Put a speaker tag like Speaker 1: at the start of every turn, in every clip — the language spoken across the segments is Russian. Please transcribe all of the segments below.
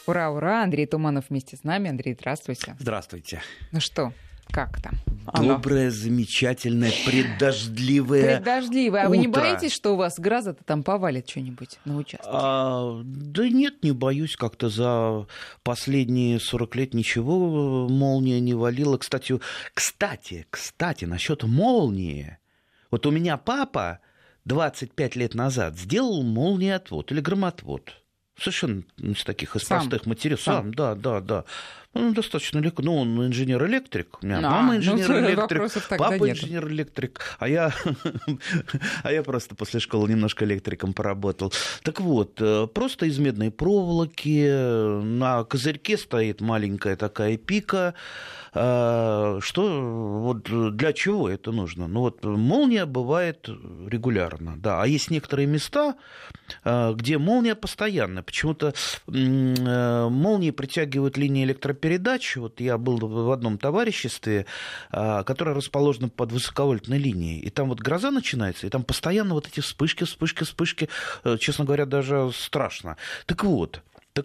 Speaker 1: Ура, ура! Андрей Туманов вместе с нами. Андрей, здравствуйте.
Speaker 2: Здравствуйте.
Speaker 1: Ну что, как там?
Speaker 2: Доброе, замечательное, преддождливое
Speaker 1: Преддождливое. А
Speaker 2: утро.
Speaker 1: вы не боитесь, что у вас гроза-то там повалит что-нибудь на участке?
Speaker 2: Да нет, не боюсь. Как-то за последние 40 лет ничего молния не валила. Кстати, насчет молнии. Вот у меня папа 25 лет назад сделал молниеотвод или громотвод. Совершенно из таких, из простых материалов. Сам, да. Он достаточно легко. Ну, он инженер-электрик. У меня мама инженер-электрик, папа инженер-электрик. А я просто после школы немножко электриком поработал. Так вот, просто из медной проволоки на козырьке стоит маленькая такая пика. Что, вот для чего это нужно? Ну, вот молния бывает регулярно, да. А есть некоторые места, где молния постоянная. Почему-то молнии притягивают линии электропередач. Вот я был в одном товариществе, которое расположено под высоковольтной линией. И там вот гроза начинается, и там постоянно вот эти вспышки. Честно говоря, даже страшно. Так вот.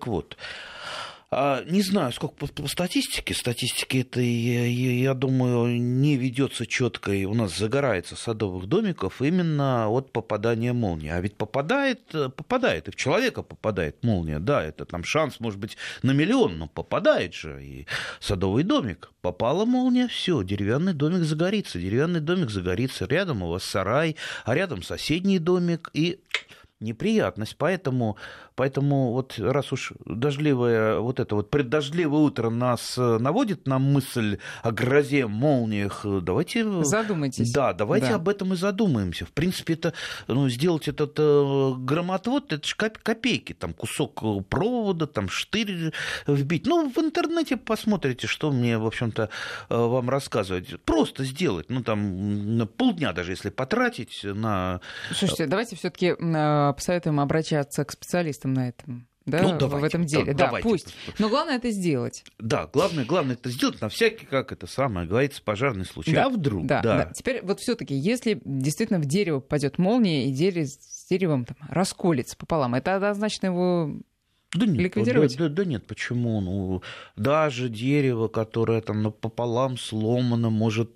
Speaker 2: Не знаю, сколько по статистике. Статистики это, я думаю, не ведется четко. И у нас загорается садовых домиков именно от попадания молнии. А ведь попадает, и в человека попадает молния. Да, это там шанс, может быть, на миллион, но попадает же. И садовый домик. Попала молния, все, деревянный домик загорится. Рядом у вас сарай, а рядом соседний домик. И неприятность. Поэтому вот раз уж дождливое, вот это вот преддождливое утро нас наводит на мысль о грозе, молниях, давайте...
Speaker 1: Задумайтесь.
Speaker 2: Да, давайте об этом и задумаемся. В принципе, это, сделать этот громотвод, это же копейки, там кусок провода, там штырь вбить. В интернете посмотрите, что мне, в общем-то, вам рассказывать. Просто сделать, там полдня даже, если потратить на...
Speaker 1: Слушайте, давайте все-таки посоветуем обращаться к специалистам на этом. Да,
Speaker 2: давайте,
Speaker 1: в этом деле. Да, пусть. Но главное это сделать.
Speaker 2: Да, главное это сделать на всякий, как это самое, говорится, пожарный случай.
Speaker 1: Да,
Speaker 2: а вдруг?
Speaker 1: Да. Теперь вот все-таки, если действительно в дерево попадет молния и дерево с деревом расколется пополам, это однозначно его ликвидировать?
Speaker 2: Да нет, почему? Даже дерево, которое там пополам сломано, может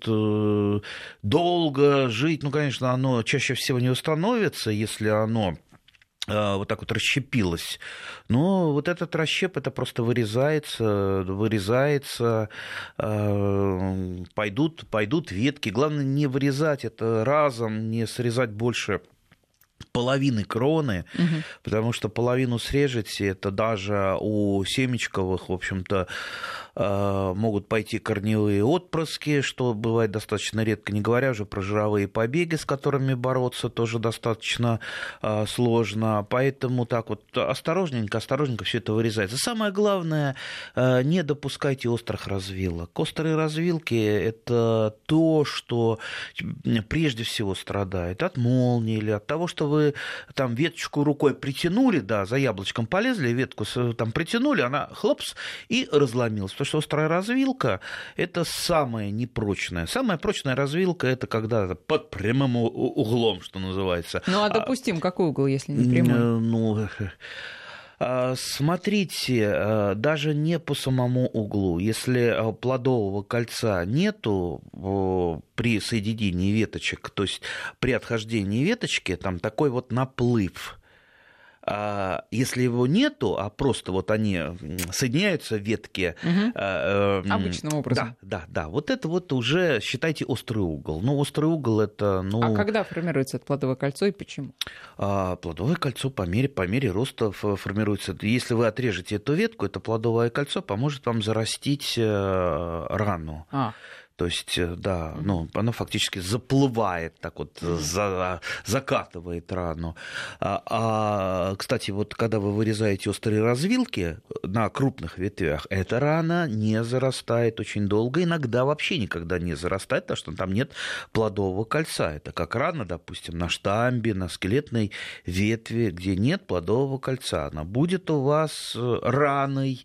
Speaker 2: долго жить. Конечно, оно чаще всего не установится, если оно вот так вот расщепилось. Но вот этот расщеп, это просто вырезается, пойдут ветки. Главное не вырезать это разом, не срезать больше половины кроны, потому что половину срежете, это даже у семечковых, в общем-то, могут пойти корневые отпрыски, что бывает достаточно редко, не говоря уже про жировые побеги, с которыми бороться тоже достаточно сложно. Поэтому так вот осторожненько все это вырезается. Самое главное, не допускайте острых развилок. Острые развилки – это то, что прежде всего страдает от молнии или от того, что вы там веточку рукой притянули, да, за яблочком полезли, ветку там притянули, она хлопс и разломилась. Потому что острая развилка – это самая непрочная. Самая прочная развилка – это когда под прямым углом, что называется.
Speaker 1: А допустим, какой угол, если не прямой?
Speaker 2: Смотрите, даже не по самому углу. Если плодового кольца нету при соединении веточек, то есть при отхождении веточки, там такой вот наплыв. Если его нету, а просто вот они соединяются в ветке...
Speaker 1: обычным образом.
Speaker 2: Да. Вот это вот уже, считайте, острый угол. Острый угол это...
Speaker 1: А когда формируется это плодовое кольцо и почему?
Speaker 2: Плодовое кольцо по мере роста формируется. Если вы отрежете эту ветку, это плодовое кольцо поможет вам зарастить рану. То есть, да, оно фактически заплывает, так вот, закатывает рану. Кстати, вот когда вы вырезаете острые развилки на крупных ветвях, эта рана не зарастает очень долго, иногда вообще никогда не зарастает, потому что там нет плодового кольца. Это как рана, допустим, на штамбе, на скелетной ветви, где нет плодового кольца. Она будет у вас раной,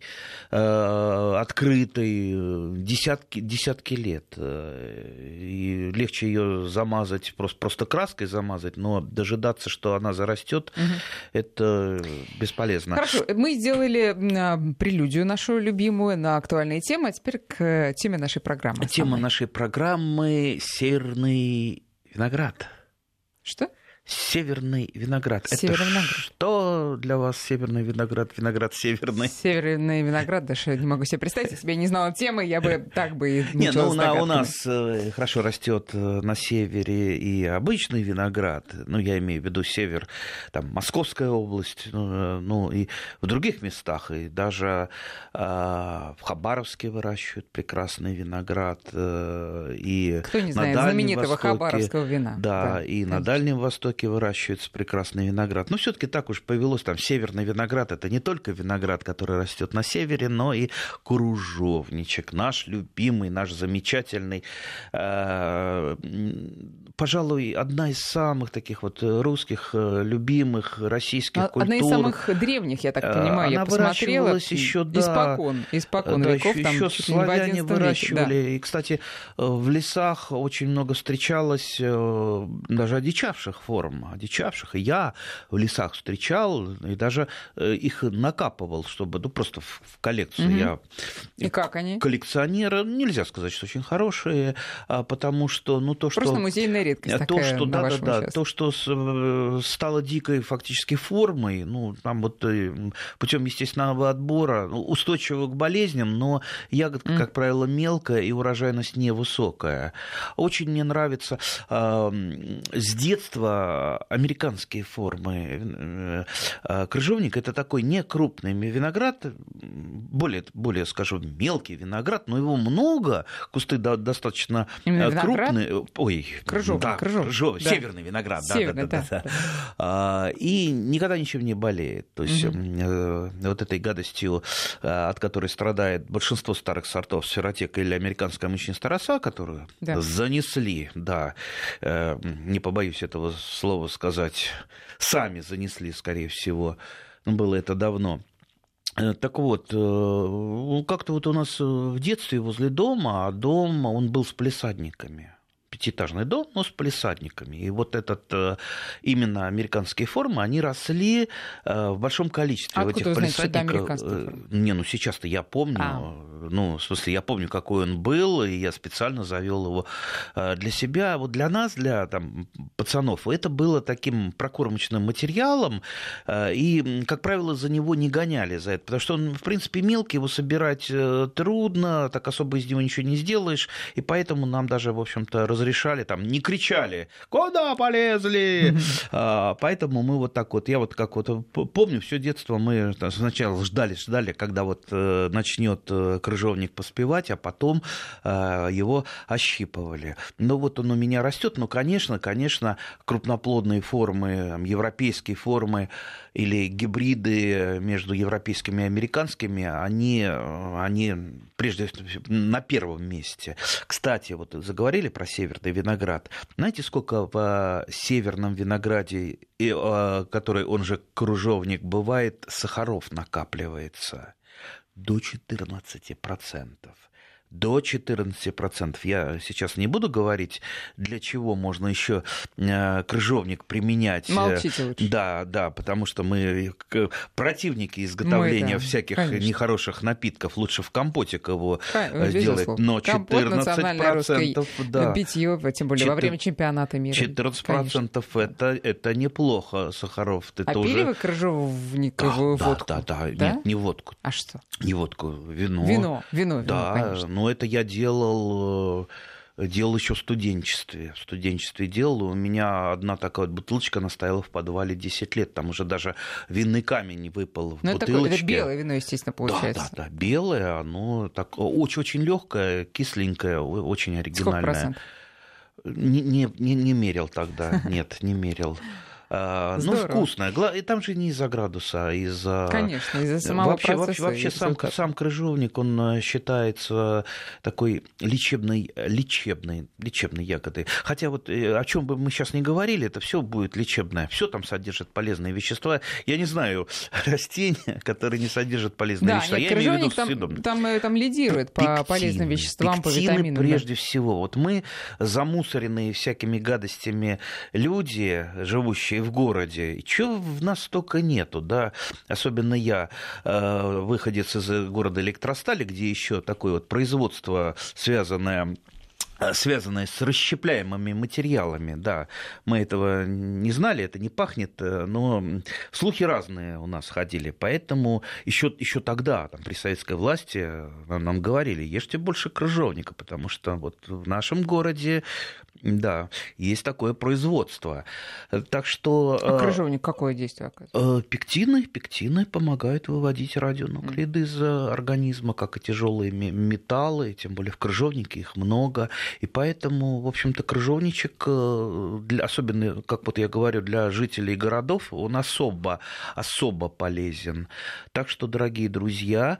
Speaker 2: открытой десятки лет. И легче ее замазать, просто краской замазать, но дожидаться, что она зарастет, это бесполезно.
Speaker 1: Хорошо, мы сделали на прелюдию нашу любимую, на актуальные темы. А теперь к теме нашей программы.
Speaker 2: Тема нашей программы — северный виноград.
Speaker 1: Что?
Speaker 2: Северный виноград.
Speaker 1: Северный виноград.
Speaker 2: Что для вас северный виноград? Виноград северный.
Speaker 1: Северный виноград, даже я не могу себе представить. Если бы я не знала темы, я бы так бы и
Speaker 2: не, ну,
Speaker 1: догадками.
Speaker 2: У нас хорошо растет на севере и обычный виноград. Ну, я имею в виду север, там, Московская область, ну, и в других местах. И даже в Хабаровске выращивают прекрасный виноград. И
Speaker 1: кто не знает знаменитого хабаровского вина.
Speaker 2: Да, и на Дальнем Востоке выращивается прекрасный виноград. Но все-таки так уж повелось, там северный виноград — это не только виноград, который растет на севере, но и кружовничек, наш любимый, наш замечательный. Пожалуй, одна из самых таких вот русских, любимых российских культур.
Speaker 1: Одна из самых древних, я так понимаю, я посмотрела.
Speaker 2: Еще,
Speaker 1: испокон
Speaker 2: да,
Speaker 1: веков.
Speaker 2: Еще славяне выращивали.
Speaker 1: Да.
Speaker 2: И, кстати, в лесах очень много встречалось даже одичавших форм. Одичавших. И я в лесах встречал, и даже их накапывал, чтобы, ну, просто в коллекцию.
Speaker 1: Угу.
Speaker 2: Я
Speaker 1: и как они?
Speaker 2: Коллекционеры, нельзя сказать, что очень хорошие, потому что, ну, то, что...
Speaker 1: Просто музейная редкость такая на вашем участке.
Speaker 2: То, что стало дикой фактически формой, ну, там вот путем естественного отбора, устойчивого к болезням, но ягодка, как правило, мелкая и урожайность невысокая. Очень мне нравится с детства американские формы. Крыжовник — это такой некрупный виноград, более, скажем, мелкий виноград, но его много, кусты достаточно крупные. Ой,
Speaker 1: крыжовник,
Speaker 2: да, крыжовник, да. Северный виноград.
Speaker 1: Северный,
Speaker 2: да. И никогда ничем не болеет. То есть вот этой гадостью, от которой страдает большинство старых сортов сферотека или американская мучнистая роса, которую занесли, да, не побоюсь этого слова сказать, сами занесли, скорее всего, было это давно. Так вот, как-то вот у нас в детстве возле дома, а дом, он был с палисадниками. Пятиэтажный дом, но с палисадниками. И вот этот именно американские формы, они росли в большом количестве.
Speaker 1: Откуда
Speaker 2: в этих
Speaker 1: вы знаете,
Speaker 2: палисадниках.
Speaker 1: Что это американские формы?
Speaker 2: Не, ну сейчас-то я помню. Ну, в смысле, я помню, какой он был, и я специально завел его для себя. Вот для нас, для там, пацанов, это было таким прокормочным материалом, и, как правило, за него не гоняли за это, потому что он, в принципе, мелкий, его собирать трудно, так особо из него ничего не сделаешь, и поэтому нам даже, в общем-то, разрешали, там, не кричали: «Куда полезли?». Поэтому мы вот так вот, я вот как вот помню, все детство мы сначала ждали, когда вот начнет крыжовник поспевать, а потом его ощипывали. Ну вот он у меня растет, но, конечно, крупноплодные формы, европейские формы или гибриды между европейскими и американскими, они прежде всего на первом месте. Кстати, вот заговорили про северный виноград. Знаете, сколько в северном винограде, который, он же кружовник, бывает, сахаров накапливается? До 14%. До 14%. Я сейчас не буду говорить, для чего можно еще крыжовник применять.
Speaker 1: Молчите лучше.
Speaker 2: Да, потому что мы противники изготовления всяких нехороших напитков. Лучше в компотик его сделать. Но 14%,
Speaker 1: да. Питье, тем более во время чемпионата мира.
Speaker 2: 14% это неплохо сахаров.
Speaker 1: Пили вы крыжовниковую водку?
Speaker 2: Да. Нет, не водку.
Speaker 1: А что?
Speaker 2: Не водку, вино.
Speaker 1: Вино,
Speaker 2: да,
Speaker 1: конечно.
Speaker 2: Но это я делал еще в студенчестве. В студенчестве делал. У меня одна такая вот бутылочка, она стояла в подвале 10 лет. Там уже даже винный камень выпал в бутылочке.
Speaker 1: Это белое вино, естественно, получается.
Speaker 2: Да, белое. Оно так, очень легкое, кисленькое, очень оригинальное.
Speaker 1: Сколько процентов?
Speaker 2: Не мерил тогда. Нет, не мерил. Ну, вкусное. И там же не из-за градуса, а из-за...
Speaker 1: Конечно, из-за самого процесса.
Speaker 2: Вообще сам крыжовник, он считается такой лечебной ягодой. Хотя вот о чем бы мы сейчас не говорили, это все будет лечебное. Все там содержит полезные вещества. Я не знаю растения, которые не содержат полезные вещества.
Speaker 1: Нет,
Speaker 2: я имею в виду съедобные.
Speaker 1: Там лидирует по полезным веществам, по витаминам.
Speaker 2: Прежде всего. Вот мы, замусоренные всякими гадостями люди, живущие вообще и в городе. И чего в нас столько нету, да? Особенно я, выходец из города Электростали, где еще такое вот производство, связанное с расщепляемыми материалами, да, мы этого не знали, это не пахнет, но слухи разные у нас ходили, поэтому еще тогда, там, при советской власти нам говорили, ешьте больше крыжовника, потому что вот в нашем городе, да, есть такое производство, так что...
Speaker 1: А крыжовник какое действие оказывает?
Speaker 2: Пектины помогают выводить радионуклиды из организма, как и тяжелые металлы, тем более в крыжовнике их много. И поэтому, в общем-то, крыжовничек, особенно, как вот я говорю, для жителей городов, он особо полезен. Так что, дорогие друзья,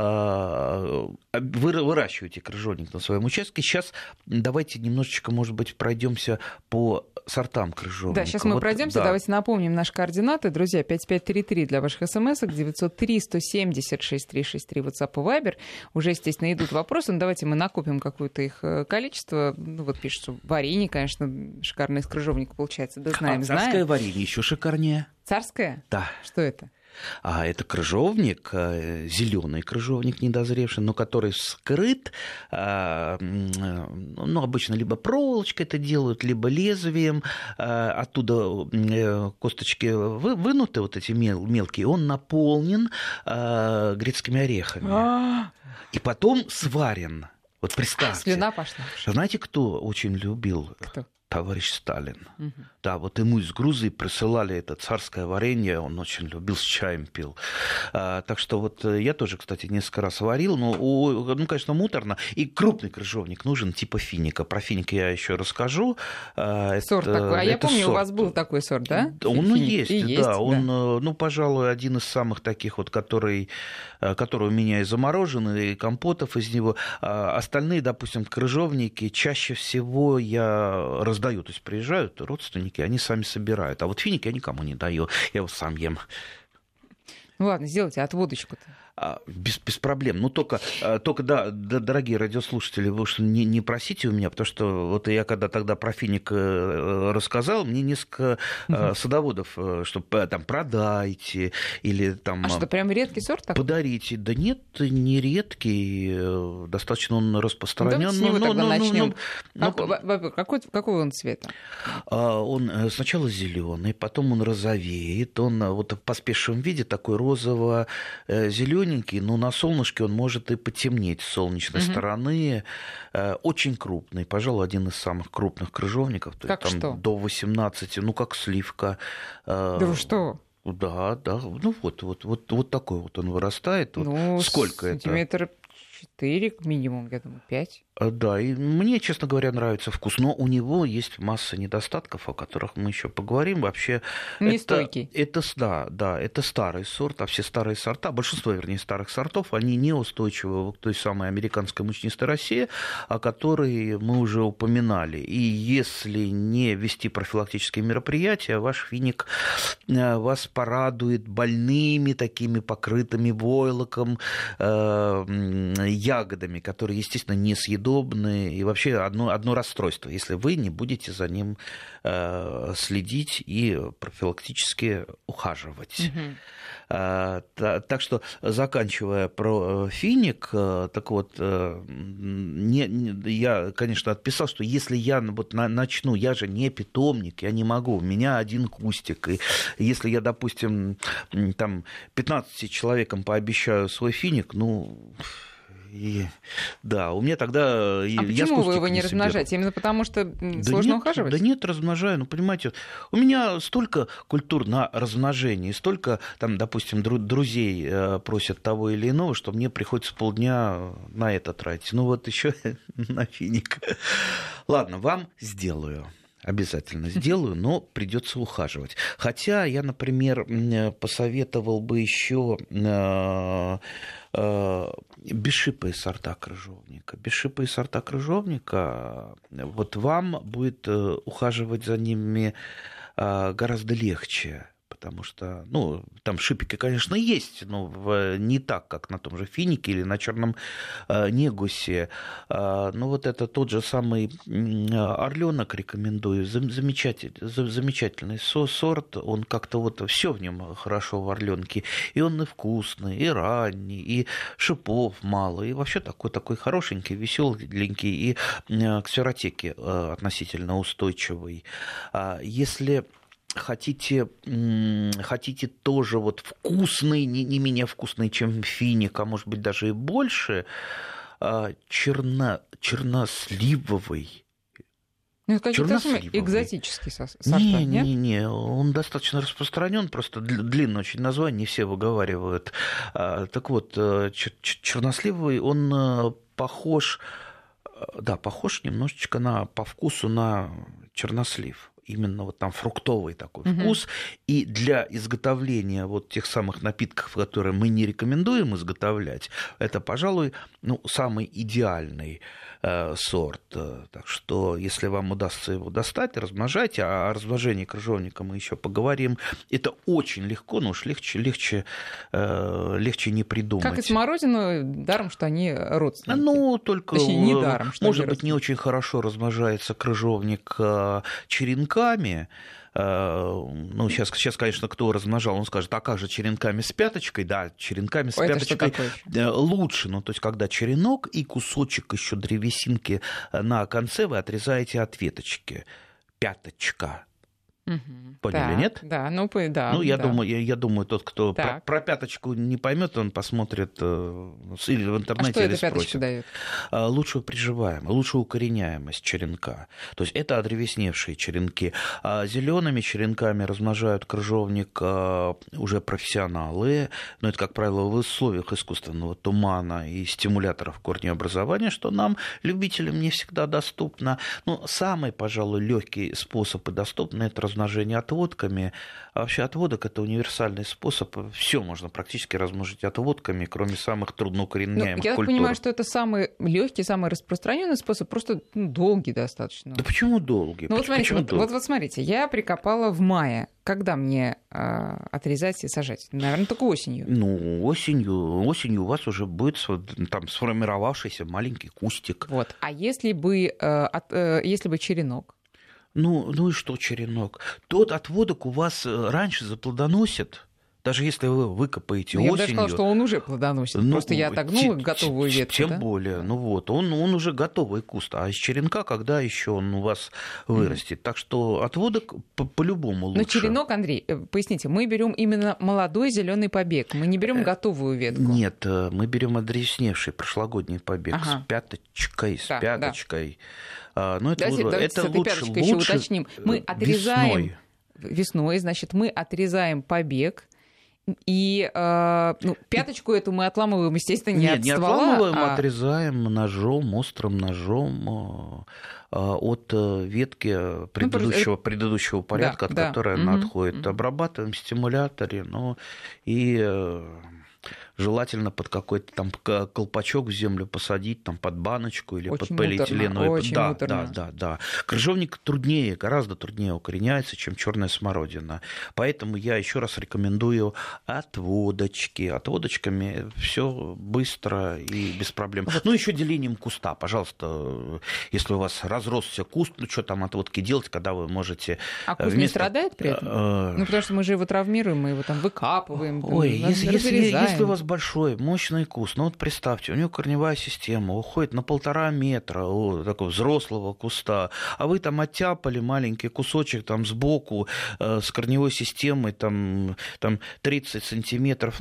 Speaker 2: выращивайте крыжовник на своем участке. Сейчас давайте немножечко, может быть, пройдемся по сортам крыжовника.
Speaker 1: Да, сейчас мы пройдемся. Да. Давайте напомним наши координаты. Друзья, 5533 для ваших смс-ок, 903-170-6363 WhatsApp и Viber. Уже, естественно, идут вопросы, но давайте мы накопим какое-то их количество. Ну, вот пишут, что варенье, конечно, шикарное из крыжовника получается. Да, знаем.
Speaker 2: Царское варенье еще шикарнее.
Speaker 1: Царское?
Speaker 2: Да.
Speaker 1: Что это?
Speaker 2: А это крыжовник, зеленый крыжовник недозревший, но который вскрыт, ну, обычно либо проволочкой это делают, либо лезвием, оттуда косточки вынуты, вот эти мелкие, он наполнен грецкими орехами. И потом сварен. Вот представьте.
Speaker 1: Слюна пошла.
Speaker 2: Знаете, кто очень любил?
Speaker 1: Кто?
Speaker 2: Товарищ Сталин. Да, вот ему из Грузии присылали это царское варенье, он очень любил, с чаем пил. Так что вот я тоже, кстати, несколько раз варил, ну, конечно, муторно. И крупный крыжовник нужен, типа финика. Про финик я еще расскажу.
Speaker 1: Сорт такой. А я помню, сорт. У вас был такой сорт, да?
Speaker 2: Он есть, да. Он, ну, пожалуй, один из самых таких вот, который у меня и заморожен, и компотов из него. Остальные, допустим, крыжовники чаще всего я раздаю, то есть приезжают родственники, они сами собирают. А вот финики я никому не даю, я его сам ем.
Speaker 1: Ну ладно, сделайте отводочку-то.
Speaker 2: Без проблем. Ну, только да, дорогие радиослушатели, вы уж не просите у меня, потому что вот я когда тогда про финик рассказал, мне несколько садоводов, что там продайте или там...
Speaker 1: А что, прям редкий сорт такой?
Speaker 2: Подарите. Да нет, не редкий, достаточно он распространен.
Speaker 1: Давайте с него тогда начнем. Какого он цвета?
Speaker 2: Он сначала зеленый, потом он розовеет, он вот в поспевшем виде такой розово-зеленый, но на солнышке он может и потемнеть с солнечной стороны. Очень крупный, пожалуй, один из самых крупных крыжовников.
Speaker 1: Как
Speaker 2: там
Speaker 1: что?
Speaker 2: До 18, ну как сливка.
Speaker 1: Да вы что?
Speaker 2: Да, ну вот такой вот он вырастает.
Speaker 1: Ну,
Speaker 2: вот. Сколько это?
Speaker 1: Сантиметр 4, минимум, я думаю, 5.
Speaker 2: Да, и мне, честно говоря, нравится вкус, но у него есть масса недостатков, о которых мы еще поговорим. Вообще,
Speaker 1: нестойкий.
Speaker 2: Это старый сорт, а все старые сорта, большинство, вернее, старых сортов, они неустойчивы к той самой американской мучнистой росе, о которой мы уже упоминали. И если не вести профилактические мероприятия, ваш финик вас порадует больными, такими покрытыми войлоком, ягодами, которые, естественно, несъедобны. И вообще одно расстройство, если вы не будете за ним следить и профилактически ухаживать. Так что, заканчивая про финик, так вот, я, конечно, отписал, что если я вот начну, я же не питомник, я не могу, у меня один кустик, и если я, допустим, там 15 человекам пообещаю свой финик, ну... да, у меня тогда...
Speaker 1: почему вы его не размножаете? Именно потому, что сложно ухаживать?
Speaker 2: Да нет, размножаю. Ну, понимаете, у меня столько культур на размножение, столько, там, допустим, друзей просят того или иного, что мне приходится полдня на это тратить. Ну, вот еще на финик. Ладно, вам сделаю. Обязательно сделаю, но придется ухаживать. Хотя я, например, посоветовал бы еще бесшипые сорта крыжовника. Бесшипые сорта крыжовника, вот вам будет ухаживать за ними гораздо легче. потому что, ну, там шипики, конечно, есть, но не так, как на том же финике или на черном негусе. Но вот это тот же самый орленок рекомендую. Замечательный сорт. Он как-то вот все в нем хорошо в орленке. И он и вкусный, и ранний, и шипов мало. И вообще такой хорошенький, веселенький и к сферотеке относительно устойчивый. Если хотите тоже вот вкусный, не менее вкусный, чем финик, а может быть даже и больше, черносливовый.
Speaker 1: Ну, это какие-то экзотические сорта, нет?
Speaker 2: Не, он достаточно распространен, просто длинное очень название, не все выговаривают. Так вот, черносливовый, он похож немножечко по вкусу на чернослив. Именно вот там фруктовый такой вкус. И для изготовления вот тех самых напитков, которые мы не рекомендуем изготовлять, это, пожалуй, самый идеальный сорт. Так что, если вам удастся его достать, размножайте. А о размножении крыжовника мы еще поговорим. Это очень легко, но уж легче не придумать.
Speaker 1: Как и смородину, даром, что они родственники.
Speaker 2: Ну, только,
Speaker 1: точнее, не даром, что
Speaker 2: может быть, не очень хорошо размножается крыжовник черенками. Ну, сейчас, конечно, кто размножал, он скажет, а как же черенками с пяточкой? Да, черенками с пяточкой лучше. Ну, то есть, когда черенок и кусочек еще древесинки на конце вы отрезаете от веточки. Пяточка. Поняли, нет?
Speaker 1: Да, я
Speaker 2: думаю, тот, кто про пяточку не поймет, он посмотрит или в интернете, или спросит.
Speaker 1: Пяточка дает?
Speaker 2: Лучшую приживаемость, лучшую укореняемость черенка. То есть это одревесневшие черенки. А зелеными черенками размножают крыжовник уже профессионалы. Но это, как правило, в условиях искусственного тумана и стимуляторов корнеобразования, что нам, любителям, не всегда доступно. Но самый, пожалуй, легкий способ и доступный — это размножение отводками. А вообще отводок — это универсальный способ. Все можно практически размножить отводками, кроме самых трудноукореняемых культур.
Speaker 1: Я так понимаю, что это самый легкий, самый распространенный способ, просто долгий достаточно.
Speaker 2: Да почему долгий?
Speaker 1: Вот смотрите, я прикопала в мае. Когда мне отрезать и сажать? Наверное, только осенью.
Speaker 2: Ну, осенью у вас уже будет там сформировавшийся маленький кустик.
Speaker 1: Вот. А если бы черенок?
Speaker 2: Ну и что черенок? Тот отводок у вас раньше заплодоносит, даже если вы выкопаете осенью.
Speaker 1: Я бы даже сказала, что он уже плодоносит. Просто я отогнула готовую ветку.
Speaker 2: Тем более, он уже готовый куст. А из черенка, когда еще он у вас вырастет? Так что отводок по-любому лучше.
Speaker 1: Но черенок, Андрей, поясните, мы берем именно молодой зеленый побег. Мы не берем готовую ветку.
Speaker 2: Нет, мы берем одревесневший прошлогодний побег с пяточкой. Да. Но это лучше
Speaker 1: еще уточним. Мы отрезаем весной, значит, мы отрезаем побег. И пяточку эту мы отламываем, естественно, не от ствола.
Speaker 2: Не отламываем, отрезаем острым ножом от ветки предыдущего порядка, от которой она отходит. Обрабатываем в стимуляторе, и желательно под какой-то там колпачок в землю посадить, там под баночку или
Speaker 1: очень
Speaker 2: под полиэтиленовую.
Speaker 1: Да.
Speaker 2: Крыжовник гораздо труднее укореняется, чем черная смородина. Поэтому я еще раз рекомендую отводочки. Отводочками все быстро и без проблем. Еще делением куста, пожалуйста, если у вас разросся куст, что там отводки делать, когда вы можете...
Speaker 1: А куст не страдает при этом? Потому что мы же его травмируем, мы его там выкапываем,
Speaker 2: если у вас большой, мощный куст, представьте, у него корневая система уходит на 1,5 метра такого взрослого куста, а вы там оттяпали маленький кусочек там сбоку с корневой системой там 30 сантиметров.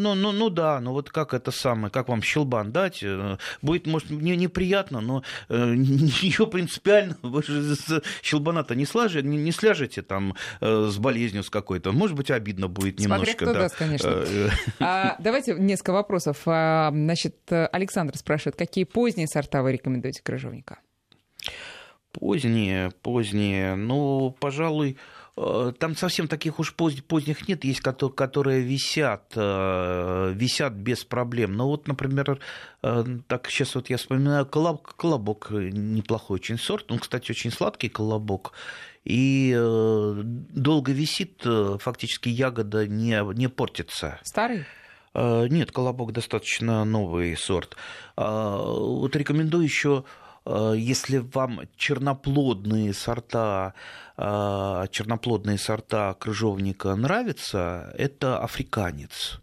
Speaker 2: Как это самое, как вам щелбан дать? Будет, может, неприятно, но ничего принципиально. Вы же с щелбана-то не сляжете там с болезнью с какой-то. Может быть, обидно будет немножко.
Speaker 1: Смотря кто даст, конечно. Давайте несколько вопросов. Значит, Александр спрашивает, какие поздние сорта вы рекомендуете крыжовника?
Speaker 2: Поздние. Пожалуй, там совсем таких уж поздних нет. Есть, которые висят без проблем. Например, так сейчас я вспоминаю колобок, неплохой очень сорт. Он, кстати, очень сладкий колобок. и долго висит, фактически ягода не портится.
Speaker 1: Старый?
Speaker 2: Нет, колобок достаточно новый сорт. Вот рекомендую еще, если вам черноплодные сорта крыжовника нравятся, это африканец.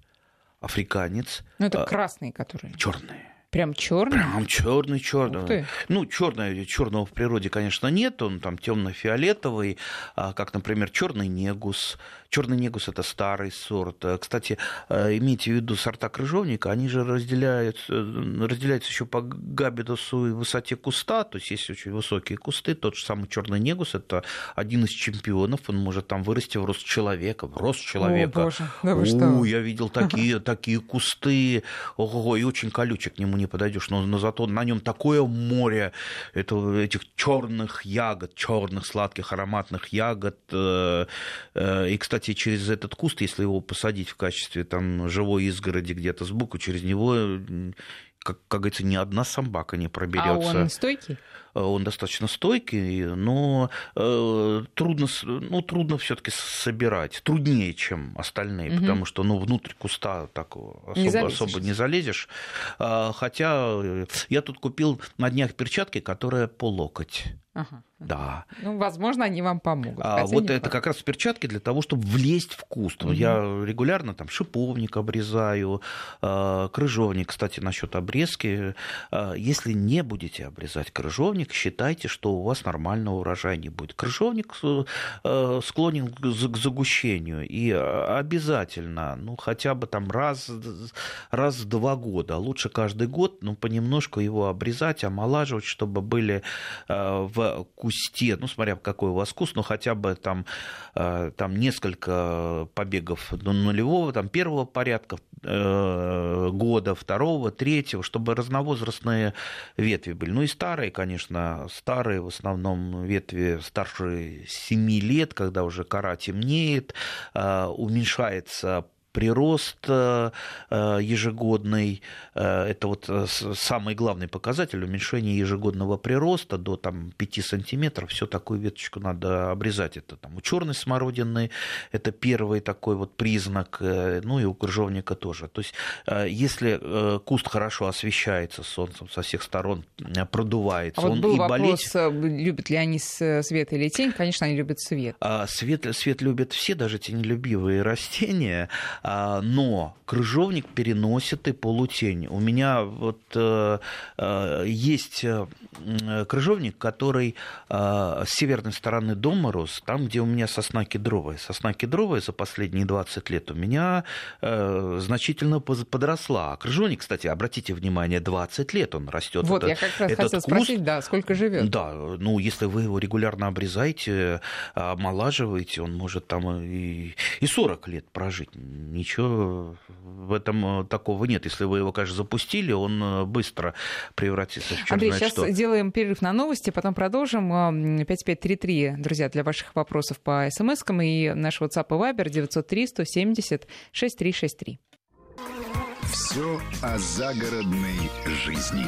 Speaker 1: Ну, это красные, которые.
Speaker 2: Черные.
Speaker 1: Прям черный?
Speaker 2: Прям черный. Ну, черного в природе, конечно, нет. Он там темно-фиолетовый, как, например, черный негус. Черный негус — это старый сорт. Кстати, имейте в виду, сорта крыжовника, они же разделяются еще по габитусу и высоте куста. То есть есть очень высокие кусты. Тот же самый черный негус — это один из чемпионов. Он может там вырасти в рост человека.
Speaker 1: О, боже, да вы что?
Speaker 2: Я видел такие кусты. Ого, и очень колючий, к нему не подойдешь, но зато на нем такое море этих черных ягод, черных сладких ароматных ягод. И, кстати, через этот куст, если его посадить в качестве там живой изгороди где-то сбоку, через него, как говорится, ни одна собака не проберется.
Speaker 1: А он стойкий?
Speaker 2: Он достаточно стойкий, но трудно все-таки собирать, труднее, чем остальные, потому что внутрь куста так особо не залезешь. Хотя я тут купил на днях перчатки, которые по локоть.
Speaker 1: Ага.
Speaker 2: Да.
Speaker 1: Ну, возможно, они вам помогут.
Speaker 2: Вот это как раз перчатки для того, чтобы влезть в куст. Я регулярно там шиповник обрезаю, крыжовник. Кстати, насчет обрезки. Если не будете обрезать крыжовник, считайте, что у вас нормального урожая не будет. Крыжовник склонен к загущению. И обязательно, хотя бы там раз в 2 года, лучше каждый год, понемножку его обрезать, омолаживать, чтобы были в кусте, смотря какой у вас куст, но хотя бы там несколько побегов до нулевого, там первого порядка года, второго, третьего, чтобы разновозрастные ветви были. И старые, конечно, в основном ветви старше 7 лет, когда уже кора темнеет, уменьшается прирост ежегодный, это вот самый главный показатель, уменьшение ежегодного прироста до 5 сантиметров, все, такую веточку надо обрезать. Это у черной смородины, это первый такой вот признак, и у крыжовника тоже. То есть если куст хорошо освещается солнцем со всех сторон, продувается,
Speaker 1: он был вопрос, любят ли они свет или тень? Конечно, они любят свет.
Speaker 2: Свет любят все, даже тенелюбивые растения. Но крыжовник переносит и полутень. У меня вот есть крыжовник, который с северной стороны дома рос, там, где у меня сосна кедровая. Сосна кедровая за последние 20 лет у меня значительно подросла. А крыжовник, кстати, обратите внимание, 20 лет он растет.
Speaker 1: Вот, я как раз хотела спросить, сколько живет.
Speaker 2: Да, если вы его регулярно обрезаете, омолаживаете, он может там и 40 лет прожить. Ничего в этом такого нет. Если вы его, конечно, запустили, он быстро превратится в черт
Speaker 1: Андрей,
Speaker 2: знает что.
Speaker 1: сейчас делаем перерыв на новости, потом продолжим. 5533, друзья, для ваших вопросов по смс-кам и наш WhatsApp и Viber 903-170-6363.
Speaker 3: Все о загородной жизни.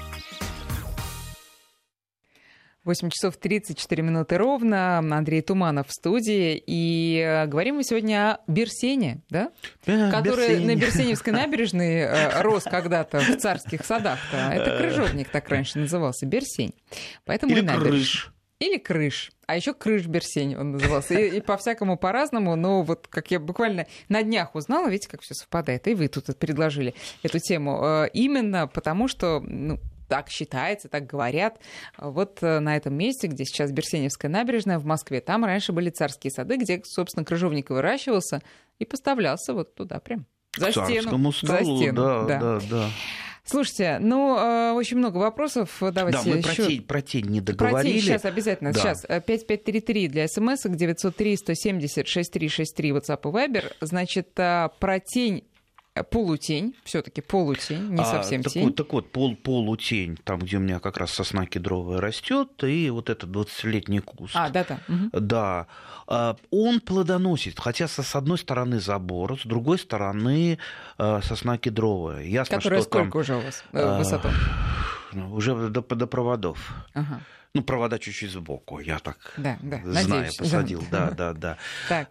Speaker 1: 8 часов 34 минуты ровно. Андрей Туманов в студии. И говорим мы сегодня о берсене, да? Который на Берсеневской набережной рос когда-то в царских садах-то. Это крыжовник так раньше назывался, берсень. Поэтому
Speaker 2: или крыш.
Speaker 1: Или крыш. А еще крыш-берсень он назывался. И по-всякому по-разному. Но вот как я буквально на днях узнала, видите, как все совпадает. И вы тут предложили эту тему. Именно потому, что... так считается, так говорят. Вот на этом месте, где сейчас Берсеневская набережная в Москве, там раньше были царские сады, где, собственно, крыжовник выращивался и поставлялся вот туда прям. За стену.
Speaker 2: Столу, да.
Speaker 1: Слушайте, очень много вопросов. Давайте
Speaker 2: мы
Speaker 1: еще...
Speaker 2: про тень не договорили.
Speaker 1: Про тень сейчас обязательно.
Speaker 2: Да.
Speaker 1: Сейчас 5533 для смс-ок, 903-170-6363 WhatsApp и Viber. Значит, про тень, полутень, все-таки полутень, не совсем тень.
Speaker 2: Так вот, полутень, там, где у меня как раз сосна кедровая растет, и вот этот 20-летний куст. Да. Он плодоносит, хотя с одной стороны забор, с другой стороны сосна кедровая. Ясно,
Speaker 1: которая
Speaker 2: что
Speaker 1: сколько
Speaker 2: там,
Speaker 1: уже у вас высоту?
Speaker 2: Уже до проводов.
Speaker 1: Ага.
Speaker 2: Ну, провода чуть-чуть сбоку, я так
Speaker 1: да,
Speaker 2: зная,
Speaker 1: надеюсь,
Speaker 2: посадил. Да.
Speaker 1: Так.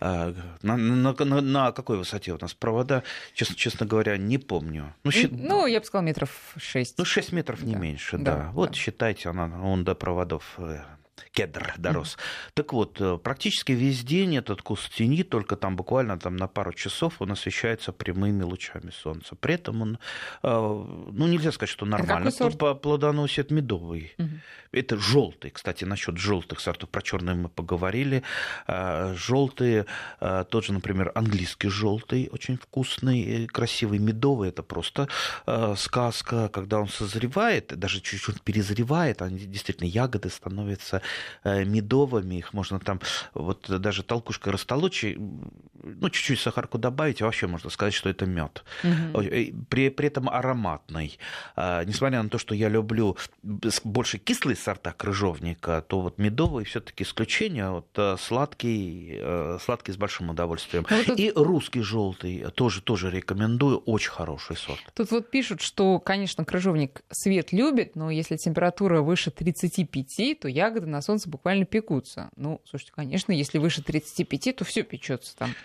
Speaker 2: На какой высоте у нас провода, честно говоря, не помню.
Speaker 1: Ну, я бы сказала, метров 6.
Speaker 2: 6 метров не меньше, да. Вот считайте, он до проводов кедр дорос. Так вот, практически весь день этот куст в тени, только там буквально на пару часов он освещается прямыми лучами солнца. При этом он, нельзя сказать, что нормально плодоносит медовый. Это желтый, кстати, насчет желтых сортов, про черные мы поговорили. Желтые, тот же, например, английский желтый, очень вкусный, красивый, медовый, это просто сказка, когда он созревает, даже чуть-чуть перезревает, они действительно ягоды становятся медовыми, их можно там вот даже толкушкой растолочь, чуть-чуть сахарку добавить, и вообще можно сказать, что это мед. При этом ароматный. Несмотря на то, что я люблю больше кислые сорта крыжовника, то вот медовый все-таки исключение, вот сладкий с большим удовольствием. И русский желтый тоже рекомендую, очень хороший сорт.
Speaker 1: Тут вот пишут, что, конечно, крыжовник свет любит, но если температура выше 35, то ягоды на солнце буквально пекутся. Ну, слушайте, конечно, если выше 35, то все печется там.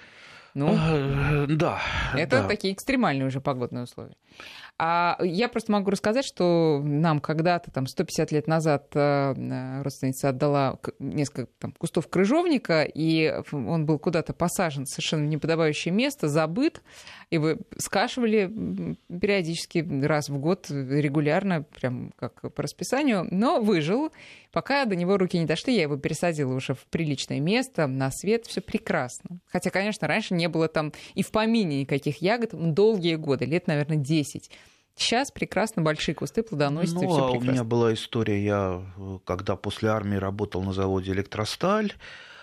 Speaker 2: Да.
Speaker 1: Это такие экстремальные уже погодные условия. А я просто могу рассказать, что нам когда-то, 150 лет назад, родственница отдала несколько кустов крыжовника, и он был куда-то посажен в совершенно неподобающее место, забыт, и вы скашивали периодически раз в год, регулярно, прям как по расписанию, но выжил. Пока до него руки не дошли, я его пересадила уже в приличное место, на свет, все прекрасно. Хотя, конечно, раньше не было там и в помине никаких ягод, долгие годы, лет, наверное, 10. Сейчас прекрасно большие кусты плодоносят, и все прекрасно.
Speaker 2: У меня была история, я когда после армии работал на заводе «Электросталь»,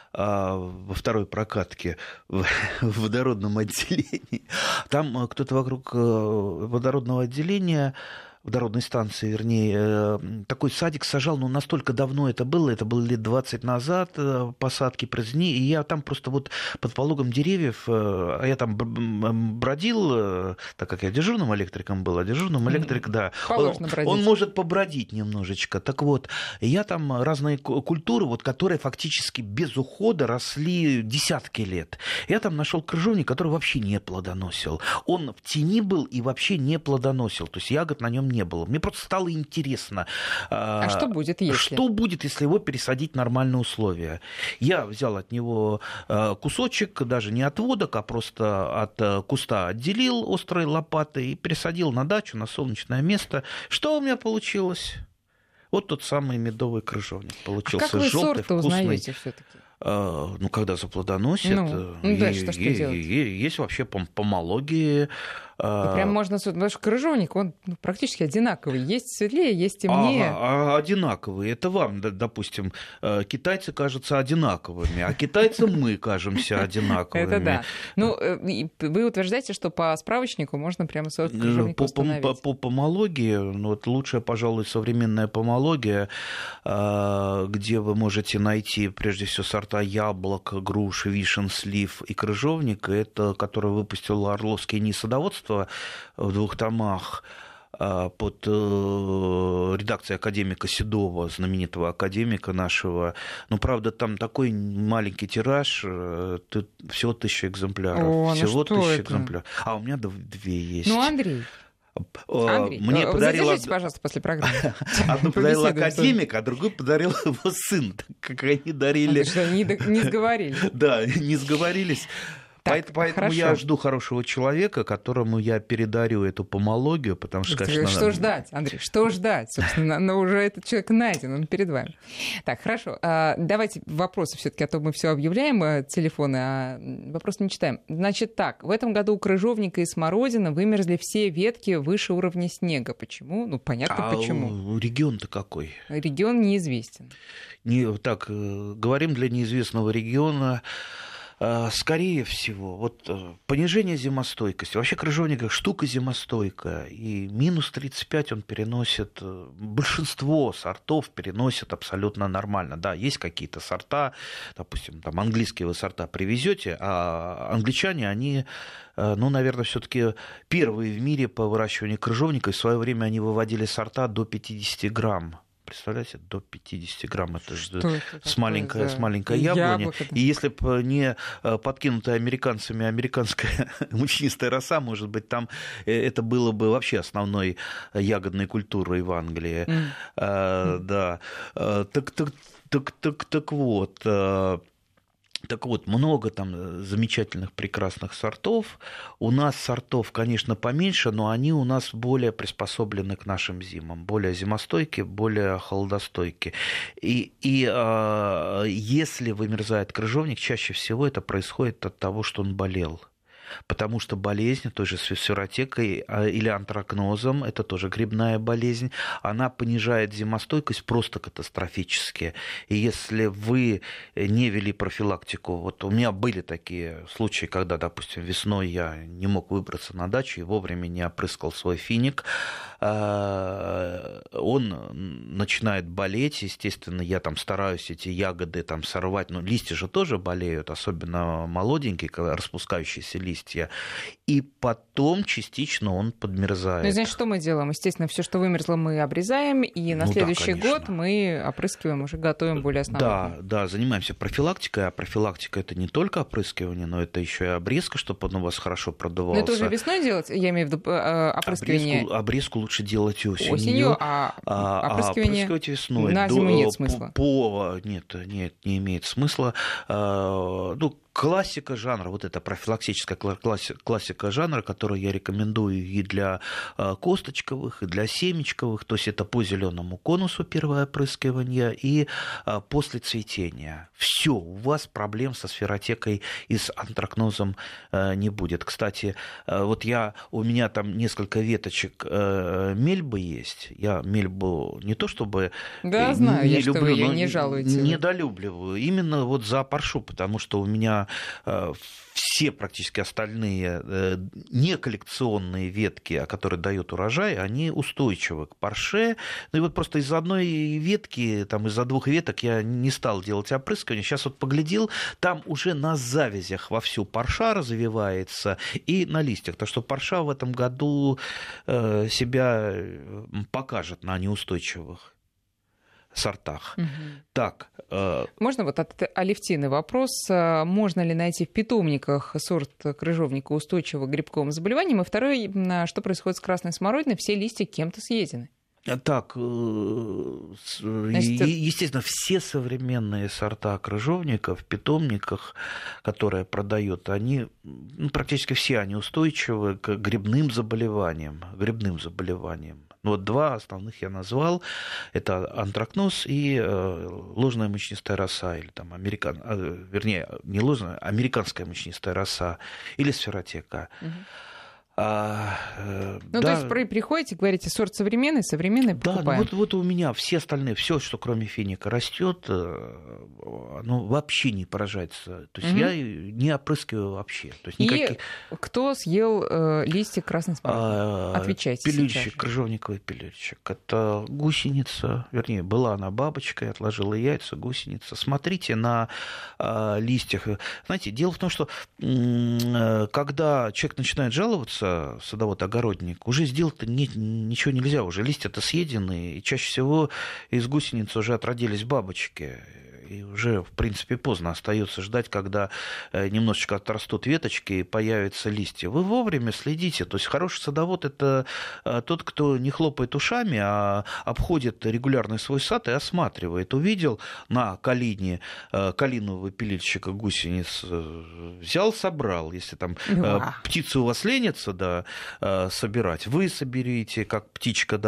Speaker 2: во второй прокатке в водородном отделении, там кто-то вокруг водородного отделения, водородной станции, вернее, такой садик сажал, но настолько давно это было лет 20 назад, посадки произвели, и я там просто вот под пологом деревьев, а я там бродил, так как я дежурным электриком был, а дежурным электрик, да, он может побродить немножечко. Так вот, я там разные культуры, вот, которые фактически без ухода росли десятки лет. Я там нашел крыжовник, который вообще не плодоносил. Он в тени был и вообще не плодоносил, то есть ягод на нем не было. Мне просто стало интересно,
Speaker 1: что будет,
Speaker 2: если его пересадить в нормальные условия. Я взял от него кусочек, даже не от водок, а просто от куста отделил острой лопатой и пересадил на дачу, на солнечное место. Что у меня получилось? Вот тот самый медовый крыжовник получился.
Speaker 1: Как вы
Speaker 2: желтый,
Speaker 1: сорт-то
Speaker 2: вкусный.
Speaker 1: узнаете всё-таки?
Speaker 2: Когда заплодоносит,
Speaker 1: дальше-то что делать?
Speaker 2: Есть вообще помологии.
Speaker 1: И прям можно... Потому что крыжовник, он практически одинаковый. Есть светлее, есть темнее.
Speaker 2: Одинаковые. Это вам, допустим, китайцы кажутся одинаковыми, а китайцам мы кажемся одинаковыми.
Speaker 1: Это да. Вы утверждаете, что по справочнику можно прямо сорт крыжовника установить?
Speaker 2: По помологии, лучшая, пожалуй, современная помология, где вы можете найти, прежде всего, сорта яблок, груш, вишен, слив и крыжовник, это, который выпустил Орловский НИИ садоводства в 2 томах под редакцией академика Седова, знаменитого академика нашего. Но, правда, там такой маленький тираж, всего 1000 экземпляров. Всего 1000 экземпляров. А у меня 2 есть.
Speaker 1: Андрей,
Speaker 2: мне подарила...
Speaker 1: задержитесь, пожалуйста, после программы.
Speaker 2: Одну подарил академик, а другую подарил его сын. Как они дарили...
Speaker 1: Что, не сговорились.
Speaker 2: Да, не сговорились. Поэтому я жду хорошего человека, которому я передарю эту помологию, потому что, конечно...
Speaker 1: Что ждать, Андрей, что ждать? Собственно, но уже этот человек найден, он перед вами. Так, хорошо. Давайте вопросы все-таки, а то мы все объявляем, телефоны, а вопросы не читаем. Значит так, в этом году у крыжовника и смородины вымерзли все ветки выше уровня снега. Почему? Понятно, почему.
Speaker 2: Регион-то какой?
Speaker 1: Регион неизвестен.
Speaker 2: Так, говорим для неизвестного региона. Скорее всего, понижение зимостойкости. Вообще крыжовник штука зимостойкая. И минус 35 он переносит, большинство сортов переносят абсолютно нормально. Да, есть какие-то сорта, допустим, там английские вы сорта привезете, а англичане, они, наверное, все-таки первые в мире по выращиванию крыжовника. И в свое время они выводили сорта до 50 грамм. представляете, до 50 грамм. Это же с
Speaker 1: маленькой
Speaker 2: яблони. И если бы не подкинутая американцами американская мучнистая роса, может быть, там это было бы вообще основной ягодной культурой в Англии. Да. Так вот, много там замечательных, прекрасных сортов. У нас сортов, конечно, поменьше, но они у нас более приспособлены к нашим зимам, более зимостойкие, более холодостойкие. И если вымерзает крыжовник, чаще всего это происходит от того, что он болел. Потому что болезнь, той же сферотекой или антракнозом, это тоже грибная болезнь, она понижает зимостойкость просто катастрофически. И если вы не вели профилактику, вот у меня были такие случаи, когда, допустим, весной я не мог выбраться на дачу и вовремя не опрыскал свой финик, он начинает болеть, естественно, я там стараюсь эти ягоды там сорвать, но листья же тоже болеют, особенно молоденькие, распускающиеся листья, и потом частично он подмерзает.
Speaker 1: Ну и значит, что мы делаем? Естественно, все, что вымерзло, мы обрезаем, и на следующий год мы опрыскиваем, уже готовим более основательно.
Speaker 2: Да, занимаемся профилактикой, а профилактика — это не только опрыскивание, но это еще и обрезка, чтобы он у вас хорошо продувался.
Speaker 1: Но это уже весной делать, я имею в виду опрыскивание?
Speaker 2: Обрезку лучше делать
Speaker 1: осенью, а опрыскивать
Speaker 2: весной.
Speaker 1: На зиму нет смысла?
Speaker 2: Нет, не имеет смысла. Классика жанра, вот эта профилактическая классика жанра, которую я рекомендую и для косточковых, и для семечковых, то есть это по зеленому конусу первое опрыскивание и после цветения. Все, у вас проблем со сферотекой и с антракнозом не будет. Кстати, вот у меня там несколько веточек мельбы есть. Я мельбу не то чтобы
Speaker 1: знаю,
Speaker 2: не люблю,
Speaker 1: что вы ее не жалуете.
Speaker 2: Недолюбливаю. Именно вот за паршу, потому что у меня все практически остальные неколлекционные ветки, которые дают урожай, они устойчивы к парше. Ну и вот просто из одной ветки, там, из-за двух веток я не стал делать опрыскивание. Сейчас вот поглядел, там уже на завязях вовсю парша развивается и на листьях. Так что парша в этом году себя покажет на неустойчивых сортах. Угу. Так.
Speaker 1: Можно вот от Алевтины вопрос. Можно ли найти в питомниках сорт крыжовника устойчивого к грибковым заболеваниям? И второй, что происходит с красной смородиной? Все листья кем-то съедены.
Speaker 2: Так, естественно, все современные сорта крыжовника в питомниках, которые продают, они, практически все они устойчивы к грибным заболеваниям. Вот два основных я назвал. Это антракноз и ложная мучнистая роса, или там не ложная, американская мучнистая роса, или сферотека.
Speaker 1: То есть приходите, говорите, сорт современный покупаем.
Speaker 2: Да, вот у меня все остальные, все, что кроме финика растет, оно вообще не поражается. То есть я не опрыскиваю вообще. То есть никаких...
Speaker 1: И кто съел листья красной смородины? Отвечайте.
Speaker 2: Пилюльщик, крыжовниковый пилюльщик. Это гусеница, была она бабочкой, отложила яйца, гусеница. Смотрите на листьях. Знаете, дело в том, что когда человек начинает жаловаться, садовод-огородник, уже сделать-то ничего нельзя, уже листья-то съедены, и чаще всего из гусениц уже отродились бабочки. И уже, в принципе, поздно остается ждать, когда немножечко отрастут веточки и появятся листья. Вы вовремя следите. То есть хороший садовод — это тот, кто не хлопает ушами, а обходит регулярно свой сад и осматривает. Увидел на калине калинового пилильщика гусениц, взял, собрал. Если там птицы у вас ленятся, собирать, вы соберите, как птичка,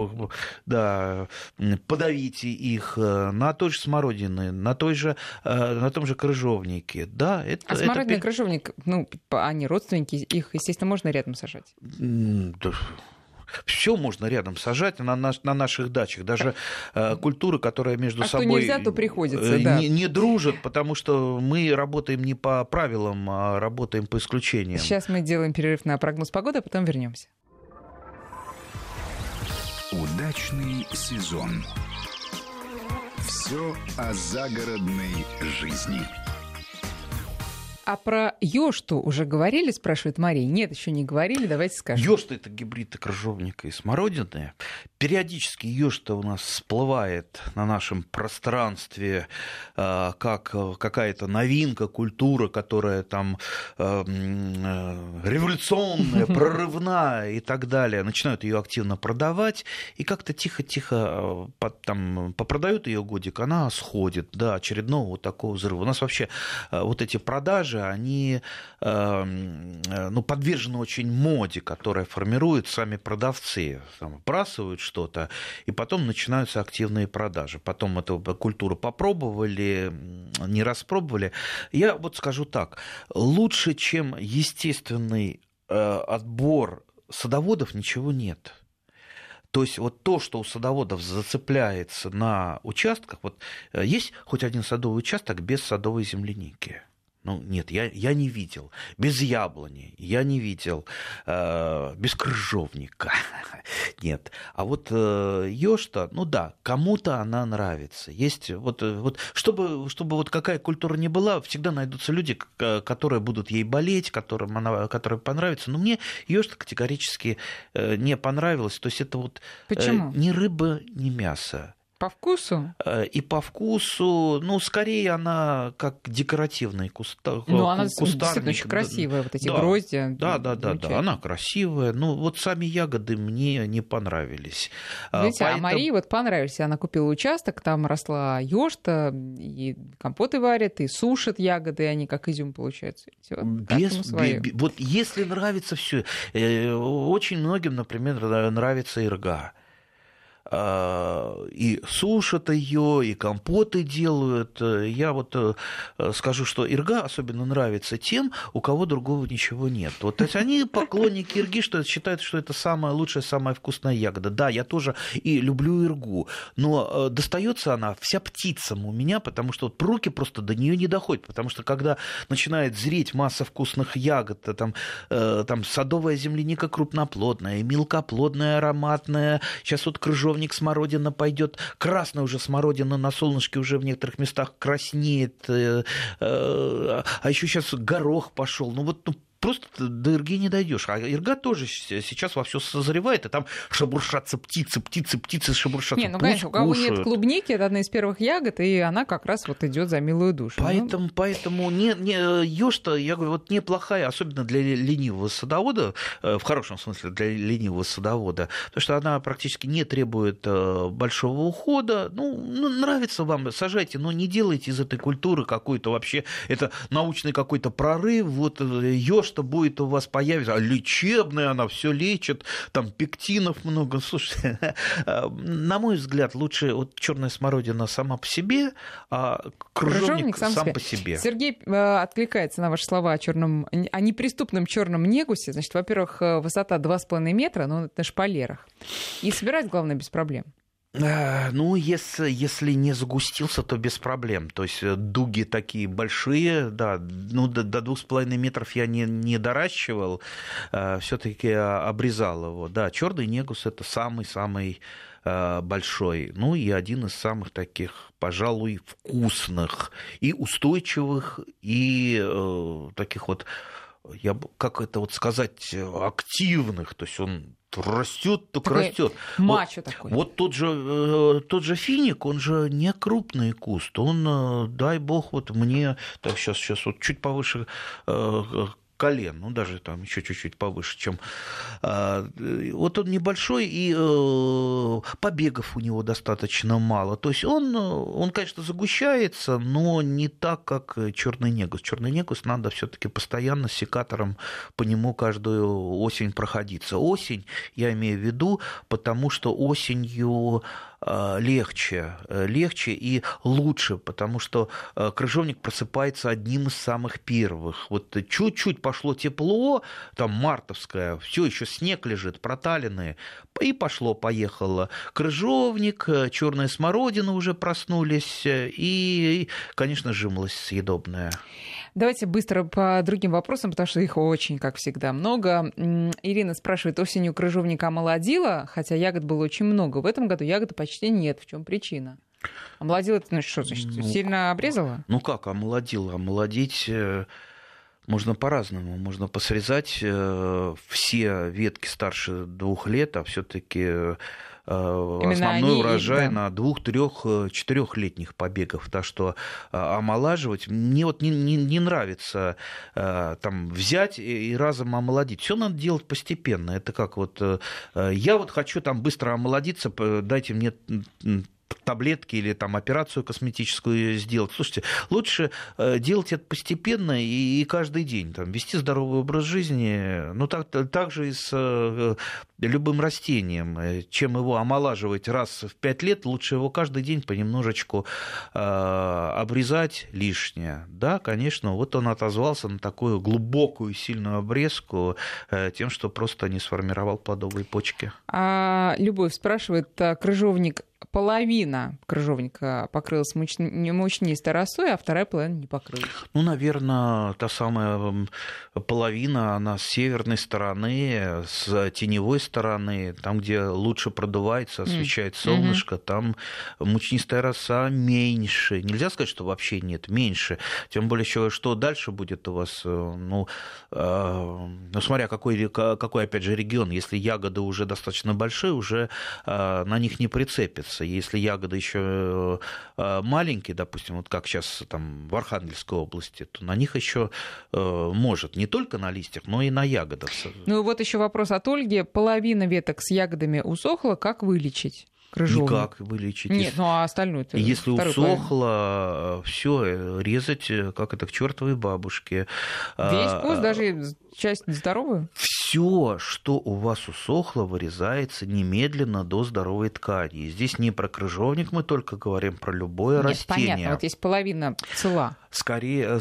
Speaker 2: подавите их на той же смородине, на том же крыжовнике. Да,
Speaker 1: это смородина и крыжовник, они родственники, их, естественно, можно рядом сажать?
Speaker 2: Все можно рядом сажать на наших дачах. Даже культуры, которые между собой
Speaker 1: что нельзя, то приходится,
Speaker 2: не дружат, потому что мы работаем не по правилам, а работаем по исключениям.
Speaker 1: Сейчас мы делаем перерыв на прогноз погоды, а потом вернемся.
Speaker 3: Удачный сезон. Все о загородной жизни.
Speaker 1: А про ёшту уже говорили, спрашивает Мария? Нет, еще не говорили, давайте скажем.
Speaker 2: Ёшта — это гибрид крыжовника и смородины. Периодически ёшта у нас всплывает на нашем пространстве как какая-то новинка, культура, которая там революционная, прорывная и так далее. Начинают ее активно продавать, и как-то тихо-тихо попродают ее годик, она сходит до очередного вот такого взрыва. У нас вообще вот эти продажи, они подвержены очень моде, которая формирует сами продавцы. Там вбрасывают что-то, и потом начинаются активные продажи. Потом эту культуру попробовали, не распробовали. Я вот скажу так, лучше, чем естественный отбор садоводов, ничего нет. То есть вот то, что у садоводов зацепляется на участках, вот есть хоть один садовый участок без садовой земляники? Ну, нет, я не видел. Без яблони я не видел. Без крыжовника нет. А вот ёшта, ну да, кому-то она нравится. Есть вот чтобы вот какая культура ни была, всегда найдутся люди, которые будут ей болеть, которым понравится. Но мне ёшта категорически не понравилась. То есть это вот ни рыба, ни мясо.
Speaker 1: По вкусу?
Speaker 2: И по вкусу, ну, скорее она как декоративный кустарник.
Speaker 1: Ну, она действительно очень красивая, вот эти гроздья.
Speaker 2: Да, она красивая. Ну, вот сами ягоды мне не понравились.
Speaker 1: Видите, а Марии вот понравились. Она купила участок, там росла ёшта, и компоты варят, и сушат ягоды, они как изюм получаются.
Speaker 2: Вот если нравится все, очень многим, например, нравится ирга. И сушат ее, и компоты делают. Я вот скажу, что ирга особенно нравится тем, у кого другого ничего нет. Вот, то есть они поклонники ирги, что считают, что это самая лучшая, самая вкусная ягода. Да, я тоже и люблю иргу, но достается она вся птицам у меня, потому что вот руки просто до нее не доходят, потому что когда начинает зреть масса вкусных ягод, там садовая земляника крупноплодная, мелкоплодная, ароматная, сейчас вот крыжовник, смородина пойдет, красная уже смородина на солнышке уже в некоторых местах краснеет, а еще сейчас горох пошел, просто до ирги не дойдешь. А ирга тоже сейчас вовсю созревает, и там шебуршатся птицы шебуршатся.
Speaker 1: Не, ну, конечно, у кого нет клубники, это одна из первых ягод, и она как раз вот идет за милую душу.
Speaker 2: Поэтому ёшта, я говорю, вот неплохая, особенно для ленивого садовода, в хорошем смысле для ленивого садовода, потому что она практически не требует большого ухода. Ну, нравится вам, сажайте, но не делайте из этой культуры какой-то вообще, это научный какой-то прорыв, вот ёшта будет у вас появится, а лечебная она, все лечит, там пектинов много. Слушайте, на мой взгляд, лучше вот черная смородина сама по себе, а крыжовник сам по себе.
Speaker 1: Сергей откликается на ваши слова о неприступном черном негусе. Значит, во-первых, высота 2,5 метра, но это на шпалерах. И собирать, главное, без проблем.
Speaker 2: Ну, если не загустился, то без проблем. То есть дуги такие большие, да, ну, до 2,5 метров я не доращивал, все-таки обрезал его. Да, черный негус — это самый-самый большой, ну и один из самых таких, пожалуй, вкусных и устойчивых, и таких вот, как это вот сказать, активных, то есть он растет, только растет.
Speaker 1: Мачо такой.
Speaker 2: Вот тот же финик, он же не крупный куст. Он, дай бог, вот мне, так, сейчас вот чуть повыше колен, ну даже там еще чуть-чуть повыше, чем вот он небольшой, и побегов у него достаточно мало. То есть он, конечно, загущается, но не так, как черный негус. Черный негус надо все-таки постоянно с секатором по нему каждую осень проходиться. Осень, я имею в виду, потому что осенью легче и лучше, потому что крыжовник просыпается одним из самых первых. Вот чуть-чуть пошло тепло, там мартовское, все еще снег лежит, проталины, и поехало. Крыжовник, черная смородина уже проснулись, и, конечно, жимолость съедобная.
Speaker 1: Давайте быстро по другим вопросам, потому что их очень, как всегда, много. Ирина спрашивает, осенью крыжовника омолодила, хотя ягод было очень много. В этом году ягод почти нет. В чем причина? Омолодила, это значит, что значит? Сильно обрезала?
Speaker 2: Ну как омолодила? Омолодить... Можно по-разному. Можно посрезать все ветки старше 2 лет, а все-таки основной урожай на 2, 3, 4-летних побегах. Так что омолаживать мне вот не нравится там взять и разом омолодить. Все надо делать постепенно. Это как вот я вот хочу там быстро омолодиться, дайте мне таблетки или там операцию косметическую сделать. Слушайте, лучше делать это постепенно и каждый день. Там, вести здоровый образ жизни. Ну, так же и с любым растением. Чем его омолаживать раз в 5 лет, лучше его каждый день понемножечку обрезать лишнее. Да, конечно, вот он отозвался на такую глубокую, сильную обрезку тем, что просто не сформировал плодовые почки.
Speaker 1: Любовь спрашивает, крыжовник, половина крыжовника покрылась мучнистой росой, а вторая половина не покрылась.
Speaker 2: Ну, наверное, та самая половина, она с северной стороны, с теневой стороны, там, где лучше продувается, освещает солнышко, там мучнистая роса меньше. Нельзя сказать, что вообще нет, меньше. Тем более, еще, что дальше будет у вас, смотря какой, опять же, регион. Если ягоды уже достаточно большие, уже на них не прицепятся. Если ягоды еще маленькие, допустим, вот как сейчас там в Архангельской области, то на них еще может не только на листьях, но и на ягодах.
Speaker 1: Ну и вот еще вопрос от Ольги. Половина веток с ягодами усохла, как вылечить крыжовник?
Speaker 2: Никак вылечить.
Speaker 1: Нет, ну а остальное-то?
Speaker 2: Если усохло, все резать, как это, к чертовой бабушке.
Speaker 1: Весь куст, даже часть здоровую?
Speaker 2: Все, что у вас усохло, вырезается немедленно до здоровой ткани. Здесь не про крыжовник мы только говорим, про любое растение.
Speaker 1: Понятно, вот есть половина цела.
Speaker 2: Скорее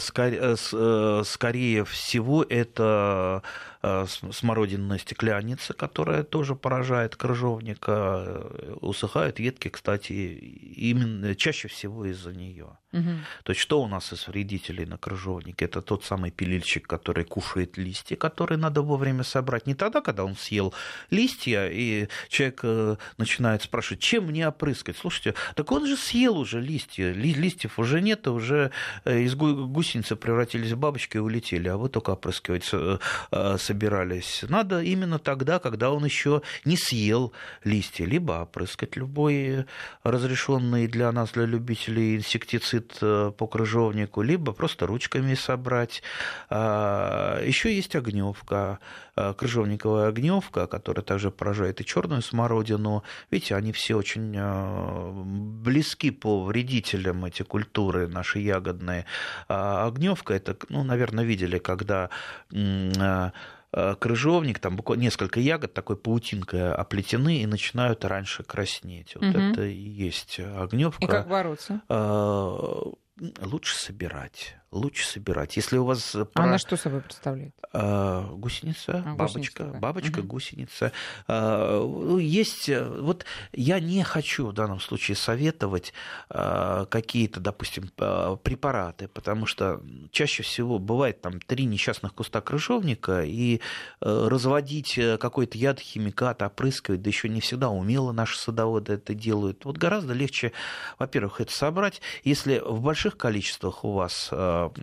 Speaker 2: всего, это смородинная стекляница, которая тоже поражает крыжовника. Усыхают ветки, кстати, именно чаще всего из-за нее. Угу. То есть что у нас из вредителей на крыжовнике? Это тот самый пилильщик, который кушает листья, которые надо вовремя собрать. Не тогда, когда он съел листья, и человек начинает спрашивать, чем мне опрыскать? Слушайте, так он же съел уже листья, листьев уже нет, уже из гусеницы превратились в бабочки и улетели, а вы только опрыскивать собирались. Надо именно тогда, когда он еще не съел листья, либо опрыскать любой разрешенный для нас, для любителей, инсектицид по крыжовнику, либо просто ручками собрать. Еще есть огневка, крыжовниковая огневка, которая также поражает и черную смородину. Видите, они все очень близки по вредителям, эти культуры наши ягодные. Огневка, это, наверное, видели, когда крыжовник, там буквально несколько ягод такой паутинкой оплетены и начинают раньше краснеть. Вот это и есть огневка.
Speaker 1: И как бороться?
Speaker 2: Лучше собирать. Если у вас...
Speaker 1: Она что собой представляет?
Speaker 2: Гусеница, бабочка,
Speaker 1: да.
Speaker 2: Гусеница. Есть... Вот я не хочу в данном случае советовать какие-то, допустим, препараты, потому что чаще всего бывает там 3 несчастных куста крыжовника, и разводить какой-то яд, химикат, опрыскивать, да еще не всегда умело наши садоводы это делают. Вот гораздо легче, во-первых, это собрать. Если в больших количествах у вас...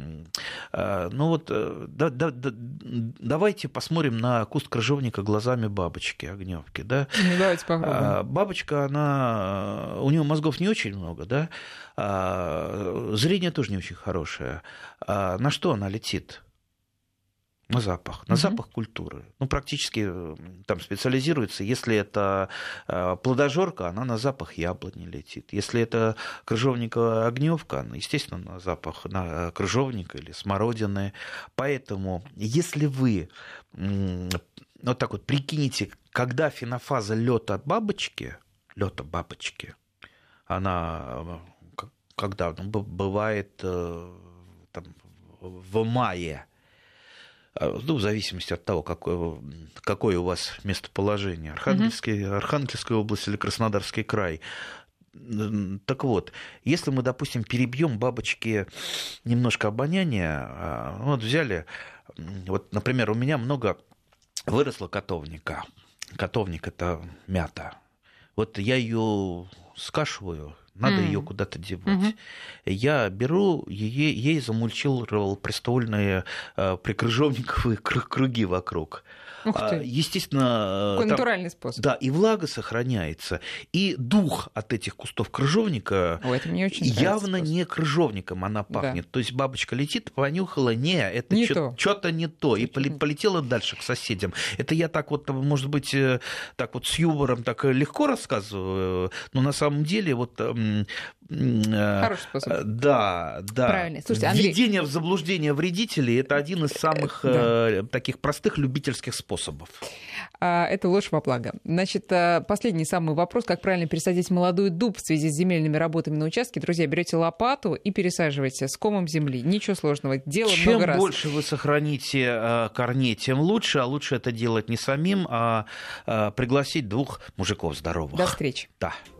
Speaker 2: давайте посмотрим на куст крыжовника глазами бабочки, огневки, да?
Speaker 1: Давайте попробуем.
Speaker 2: Бабочка, у нее мозгов не очень много, да? Зрение тоже не очень хорошее. На что она летит? На запах. На запах культуры. Практически там специализируется. Если это плодожорка, она на запах яблони летит. Если это крыжовниковая огневка, она, естественно, на запах на крыжовника или смородины. Поэтому, если вы вот так вот прикинете, когда фенофаза лёта бабочки, она когда бывает там, в мае, в зависимости от того, какое у вас местоположение, Архангельская область или Краснодарский край. Так вот, если мы, допустим, перебьем бабочки немножко обоняния, вот взяли, вот, например, у меня много выросло котовника. Котовник – это мята. Вот я ее скашиваю надо ее куда-то девать. Я беру, ей замульчировал приствольные прикрыжовниковые круги вокруг. Естественно,
Speaker 1: такой натуральный способ.
Speaker 2: Да, и влага сохраняется, и дух от этих кустов крыжовника явно не крыжовником она пахнет. Да. То есть бабочка летит, понюхала, это что-то не то, и полетела дальше к соседям. Это я так вот, может быть, так вот с юмором так легко рассказываю, но на самом деле вот...
Speaker 1: Хороший способ.
Speaker 2: Да.
Speaker 1: Правильно. Слушайте, Андрей...
Speaker 2: Введение в заблуждение вредителей – это один из самых таких простых любительских способов.
Speaker 1: Это ложь во благо. Значит, последний самый вопрос. Как правильно пересадить молодой дуб в связи с земельными работами на участке? Друзья, берете лопату и пересаживаете с комом земли. Ничего сложного. Дело много раз.
Speaker 2: Чем больше вы сохраните корней, тем лучше. А лучше это делать не самим, а пригласить 2 мужиков здоровых.
Speaker 1: До встречи.
Speaker 2: Да.